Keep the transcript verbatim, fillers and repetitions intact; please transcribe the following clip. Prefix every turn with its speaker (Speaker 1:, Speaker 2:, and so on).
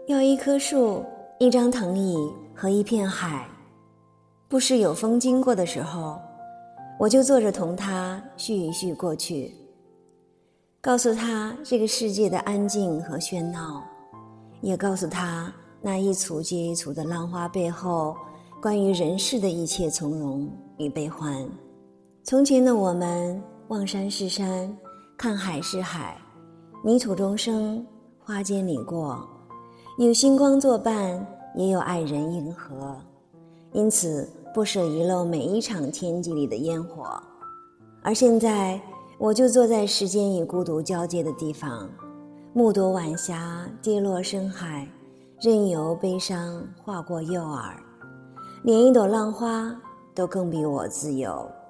Speaker 1: 要一棵树，一张藤椅和一片海。不时有风经过的时候，我就坐着同它叙一叙过去，告诉他这个世界的安静和喧闹，也告诉他那一簇接一簇的浪花背后关于人世的一切从容与悲欢。从前的我们望山是山，看海是海，泥土中生，花间里过，有星光作伴，也有爱人应和，因此不舍遗漏每一场天际里的烟火。而现在我就坐在时间与孤独交界的地方，目睹晚霞跌落深海，任由悲伤划过右耳，连一朵浪花都更比我自由。